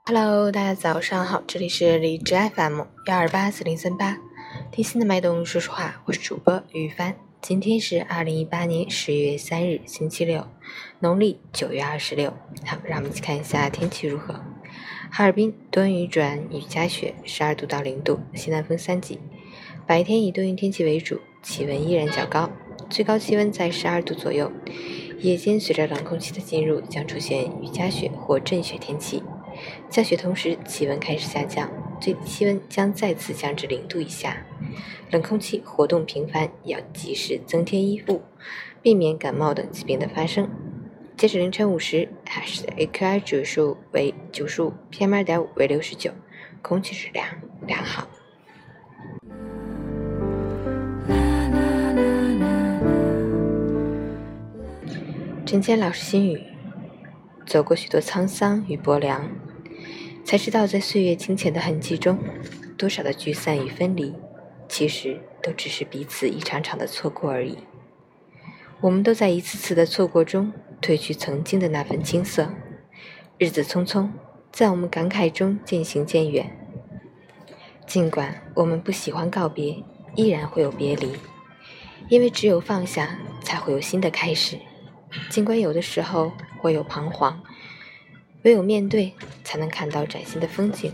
Hello， 大家早上好，这里是荔枝 FM1284038，听心的脉动说实话，我是主播于帆。今天是2018年10月3日，星期六，农历9月26。好，让我们一起看一下天气如何。哈尔滨多云转雨夹雪，12度到0度，西南风3级。白天以多云天气为主，气温依然较高，最高气温在12度左右。夜间随着冷空气的进入，将出现雨夹雪或阵雪天气。降雪同时，气温开始下降，最低气温将再次降至0度以下。冷空气活动频繁，要及时增添衣物，避免感冒等疾病的发生。截止凌晨5时，海市的 AQI 指数为95 ，PM2.5 为69，空气质量良好。陈谦老师心语：走过许多沧桑与薄凉，才知道在岁月清浅的痕迹中，多少的聚散与分离，其实都只是彼此一场场的错过而已。我们都在一次次的错过中褪去曾经的那份青涩，日子匆匆，在我们感慨中渐行渐远。尽管我们不喜欢告别，依然会有别离，因为只有放下，才会有新的开始。尽管有的时候会有彷徨，唯有面对，才能看到崭新的风景。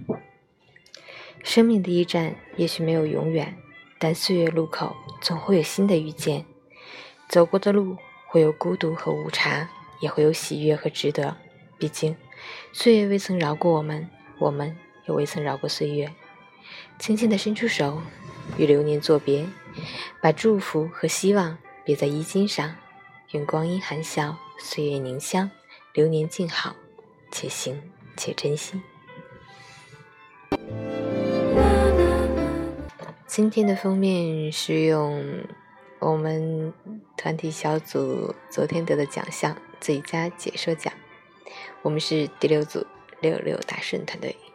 生命的驿站也许没有永远，但岁月路口总会有新的遇见。走过的路会有孤独和无常，也会有喜悦和值得。毕竟岁月未曾饶过我们，我们也未曾饶过岁月。轻轻地伸出手，与流年作别，把祝福和希望别在衣襟上。愿光阴含笑，岁月凝香，流年静好，且行且珍惜。今天的封面是用我们团体小组昨天得的奖项最佳解说奖，我们是第6组66大顺团队。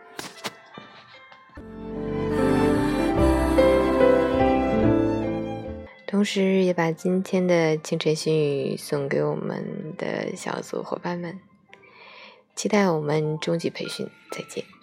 同时也把今天的清晨心语送给我们的小组伙伴们，期待我们中级培训，再见。